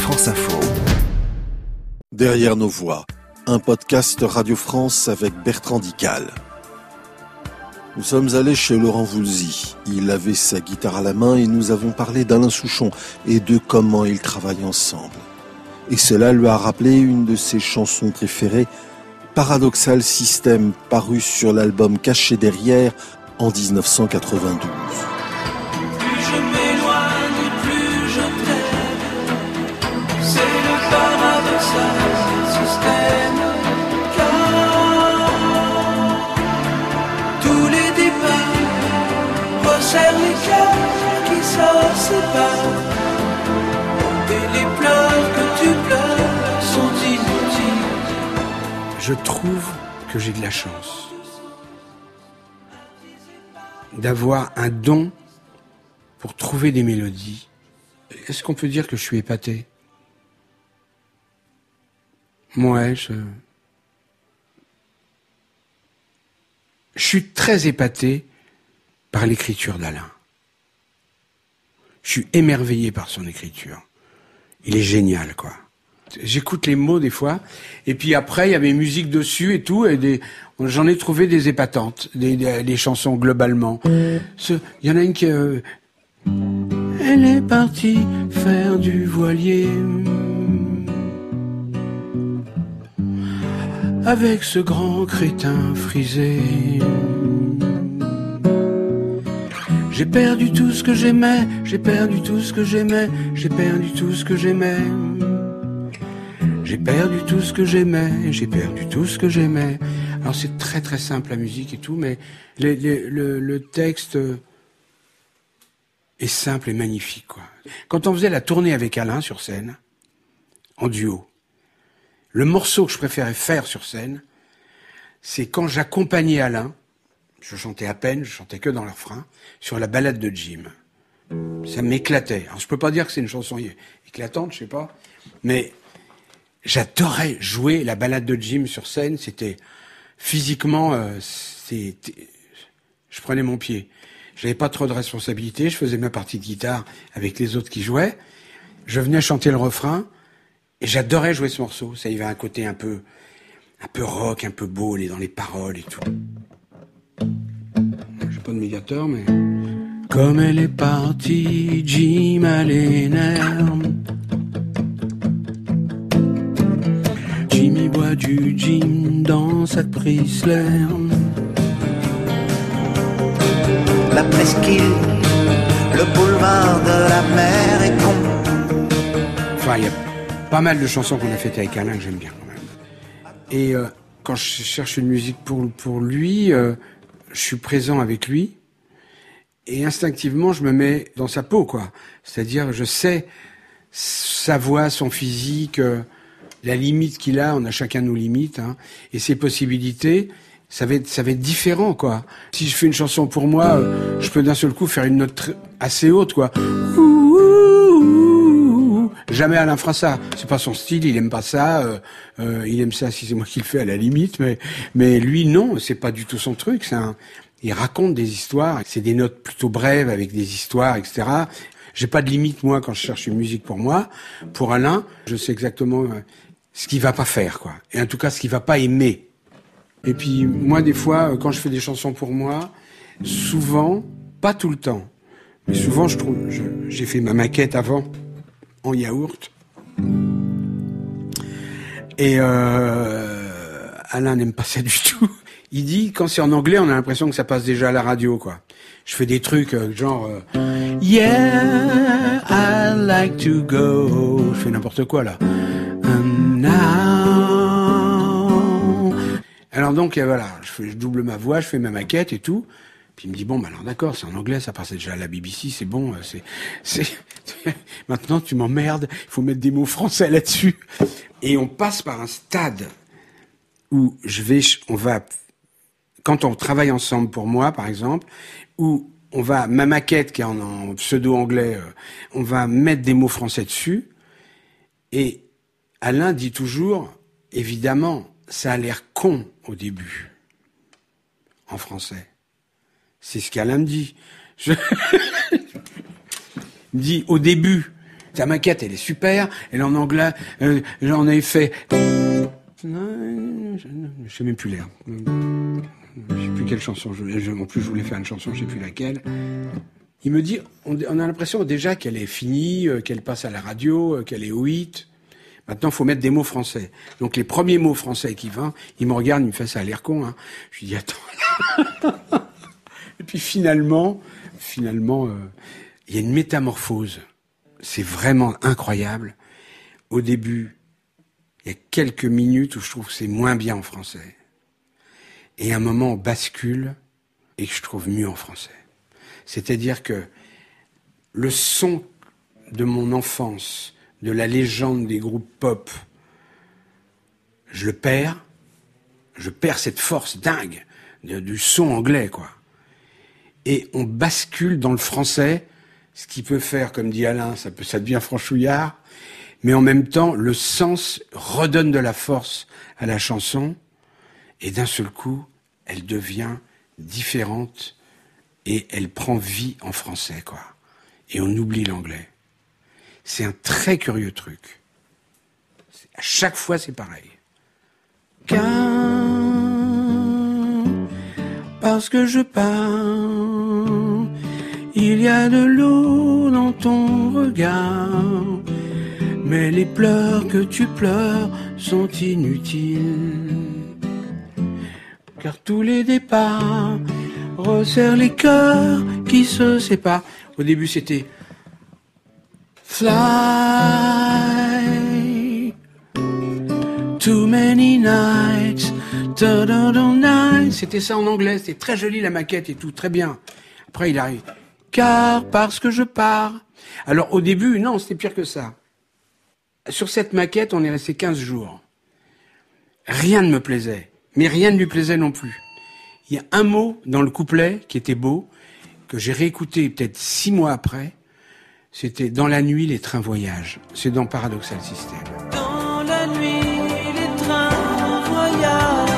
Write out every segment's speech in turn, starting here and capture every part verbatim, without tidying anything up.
France Info. Derrière nos voix, un podcast Radio France avec Bertrand Dical. Nous sommes allés chez Laurent Voulzy. Il avait sa guitare à la main et nous avons parlé d'Alain Souchon et de comment ils travaillent ensemble. Et cela lui a rappelé une de ses chansons préférées, Paradoxal System, paru sur l'album Caché derrière en dix-neuf cent quatre-vingt-douze. Plus je m'éloigne, plus je t'aime. C'est le paradoxal système. Car tous les départs resserrent les cœurs qui se séparent. Et les pleurs que tu pleures sont inutiles. Je trouve que j'ai de la chance d'avoir un don pour trouver des mélodies. Est-ce qu'on peut dire que je suis épaté ? Ouais, je... Je suis très épaté par l'écriture d'Alain. Je suis émerveillé par son écriture. Il est génial, quoi. J'écoute les mots des fois, et puis après il y avait musique dessus et tout, et des, j'en ai trouvé des épatantes, des, des, des chansons globalement. Il y en a une qui... Euh, elle est partie faire du voilier avec ce grand crétin frisé. J'ai perdu tout ce que j'aimais, j'ai perdu tout ce que j'aimais, j'ai perdu tout ce que j'aimais. J'ai perdu tout ce que j'aimais, j'ai perdu tout ce que j'aimais. Alors c'est très très simple la musique et tout, mais les, les, le, le texte est simple et magnifique, quoi. Quand on faisait la tournée avec Alain sur scène, en duo, le morceau que je préférais faire sur scène, c'est quand j'accompagnais Alain, je chantais à peine, je chantais que dans le refrain, sur la balade de Jim. Ça m'éclatait. Alors je peux pas dire que c'est une chanson éclatante, je sais pas, mais... J'adorais jouer la balade de Jim sur scène. C'était physiquement, euh, c'était, je prenais mon pied. J'avais pas trop de responsabilités. Je faisais ma partie de guitare avec les autres qui jouaient. Je venais chanter le refrain et j'adorais jouer ce morceau. Ça y avait un côté un peu, un peu rock, un peu beau, les dans les paroles et tout. J'ai pas de médiateur, mais comme elle est partie, Jim a les nerfs. Jimmy boit du gin dans sa Chrysler. La presqu'île, le boulevard de la mer est con. Enfin, il y a pas mal de chansons qu'on a faites avec Alain que j'aime bien quand même. Et euh, quand je cherche une musique pour, pour lui, euh, je suis présent avec lui. Et instinctivement, je me mets dans sa peau, quoi. C'est-à-dire, je sais sa voix, son physique... Euh, la limite qu'il a, on a chacun nos limites, hein, et ses possibilités, ça va être, ça va être différent, quoi. Si je fais une chanson pour moi, euh, je peux d'un seul coup faire une note assez haute, quoi. Ouh, ouh, ouh. Jamais Alain fera ça. C'est pas son style, il aime pas ça. Euh, euh, il aime ça si c'est moi qui le fais à la limite, mais, mais lui non, c'est pas du tout son truc. C'est un, il raconte des histoires. C'est des notes plutôt brèves avec des histoires, et cetera. J'ai pas de limite moi quand je cherche une musique pour moi. Pour Alain, je sais exactement. Euh, ce qu'il va pas faire, quoi. Et en tout cas, ce qu'il va pas aimer. Et puis, moi, des fois, quand je fais des chansons pour moi, souvent, pas tout le temps, mais souvent, je trouve, je, j'ai fait ma maquette avant, en yaourt. Et euh, Alain n'aime pas ça du tout. Il dit, quand c'est en anglais, on a l'impression que ça passe déjà à la radio, quoi. Je fais des trucs euh, genre euh, yeah, I like to go. Je fais n'importe quoi, là. Now. Alors donc, voilà, je, fais, je double ma voix, je fais ma maquette et tout. Puis il me dit, bon, bah alors d'accord, c'est en anglais, ça passe déjà à la B B C, c'est bon. C'est, c'est... Maintenant, tu m'emmerdes, il faut mettre des mots français là-dessus. Et on passe par un stade où je vais, on va, quand on travaille ensemble pour moi, par exemple, où on va, ma maquette qui est en, en pseudo-anglais, euh, on va mettre des mots français dessus. Et Alain dit toujours, évidemment, ça a l'air con au début, en français. C'est ce qu'Alain me dit. Je... Il me dit, au début, ta maquette, elle est super. Elle est en anglais. Euh, j'en ai fait... Non, je sais même plus l'air. Je sais plus quelle chanson. Je, je, en plus, je voulais faire une chanson, je sais plus laquelle. Il me dit, on, on a l'impression déjà qu'elle est finie, euh, qu'elle passe à la radio, euh, qu'elle est au hit. Maintenant, il faut mettre des mots français. Donc, les premiers mots français qui viennent, il me regarde, il me fait ça à l'air con. Hein. Je lui dis, attends. Et puis, finalement, finalement, euh, il y a une métamorphose. C'est vraiment incroyable. Au début, il y a quelques minutes où je trouve que c'est moins bien en français. Et à un moment, on bascule et que je trouve mieux en français. C'est-à-dire que le son de mon enfance, de la légende des groupes pop, je le perds. Je perds cette force dingue de, du son anglais, quoi. Et on bascule dans le français, ce qui peut faire, comme dit Alain, ça peut, ça devient franchouillard, mais en même temps, le sens redonne de la force à la chanson, et d'un seul coup, elle devient différente, et elle prend vie en français, quoi. Et on oublie l'anglais. C'est un très curieux truc. À chaque fois, c'est pareil. Car, parce que je parle, il y a de l'eau dans ton regard, mais les pleurs que tu pleures sont inutiles. Car tous les départs resserrent les cœurs qui se séparent. Au début, c'était Fly, too many nights, da da da nights. C'était ça en anglais, c'était très joli la maquette et tout, très bien. Après, il arrive, car parce que je pars. Alors au début, non, c'était pire que ça. Sur cette maquette, on est resté quinze jours. Rien ne me plaisait, mais rien ne lui plaisait non plus. Il y a un mot dans le couplet qui était beau, que j'ai réécouté peut-être six mois après. C'était « Dans la nuit, les trains voyagent ». C'est dans Paradoxal System. Dans la nuit, les trains voyagent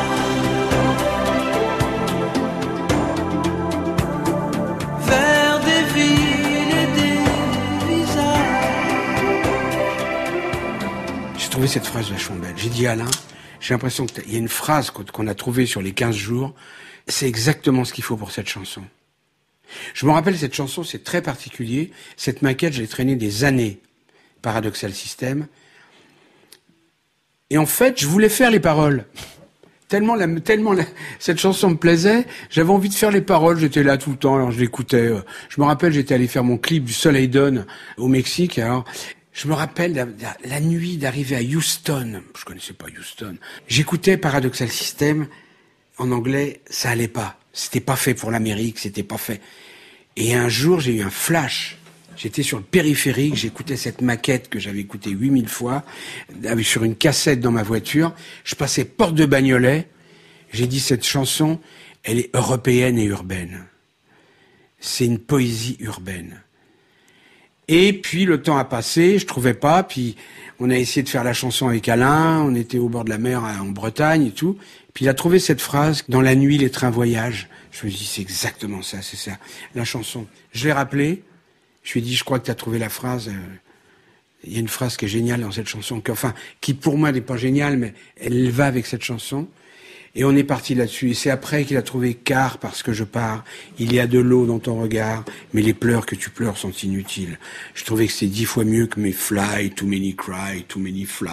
vers des villes et des visages. J'ai trouvé cette phrase vachement belle. J'ai dit à Alain, j'ai l'impression qu'il y a une phrase qu'on a trouvée sur les quinze jours. C'est exactement ce qu'il faut pour cette chanson. Je me rappelle, cette chanson, c'est très particulier. Cette maquette, je l'ai traînée des années, Paradoxal System. Et en fait, je voulais faire les paroles. Tellement, la, tellement la, cette chanson me plaisait, j'avais envie de faire les paroles. J'étais là tout le temps, alors je l'écoutais. Je me rappelle, j'étais allé faire mon clip du Soleil Donne au Mexique. Alors, je me rappelle la, la, la nuit d'arriver à Houston. Je connaissais pas Houston. J'écoutais Paradoxal System. En anglais, ça allait pas. C'était pas fait pour l'Amérique, c'était pas fait. Et un jour, j'ai eu un flash. J'étais sur le périphérique, j'écoutais cette maquette que j'avais écoutée huit mille fois, sur une cassette dans ma voiture. Je passais porte de Bagnolet. J'ai dit, cette chanson, elle est européenne et urbaine. C'est une poésie urbaine. Et puis, le temps a passé, je trouvais pas, puis on a essayé de faire la chanson avec Alain, on était au bord de la mer en Bretagne et tout. Puis il a trouvé cette phrase, « Dans la nuit, les trains voyagent ». Je me dis, c'est exactement ça, c'est ça, la chanson. Je l'ai rappelé, je lui ai dit, je crois que tu as trouvé la phrase. Il y a une phrase qui est géniale dans cette chanson, qui, enfin, qui pour moi n'est pas géniale, mais elle va avec cette chanson. Et on est parti là-dessus. Et c'est après qu'il a trouvé « Car, parce que je pars, il y a de l'eau dans ton regard, mais les pleurs que tu pleures sont inutiles ». Je trouvais que c'est dix fois mieux que mes « Fly, too many cry, too many fly ».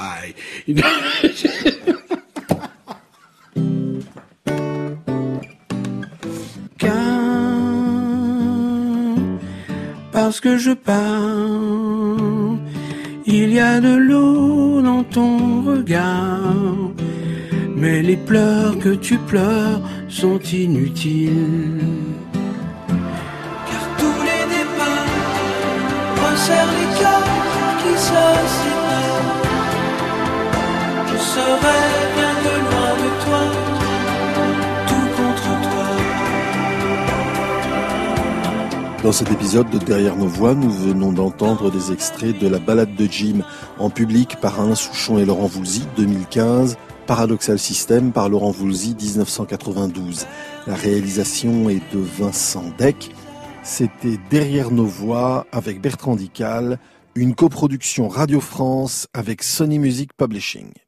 Car, parce que je pars, il y a de l'eau dans ton regard, mais les pleurs que tu pleures sont inutiles. Car tous les départs resserrent les cœurs qui se séparent. Je serai bien de loin de toi, tout contre toi. Dans cet épisode de Derrière nos voix, nous venons d'entendre des extraits de la balade de Jim en public par Alain Souchon et Laurent Voulzy, deux mille quinze, Paradoxal System par Laurent Voulzy, dix-neuf cent quatre-vingt-douze. La réalisation est de Vincent Deck. C'était Derrière nos voix avec Bertrand Dical, une coproduction Radio France avec Sony Music Publishing.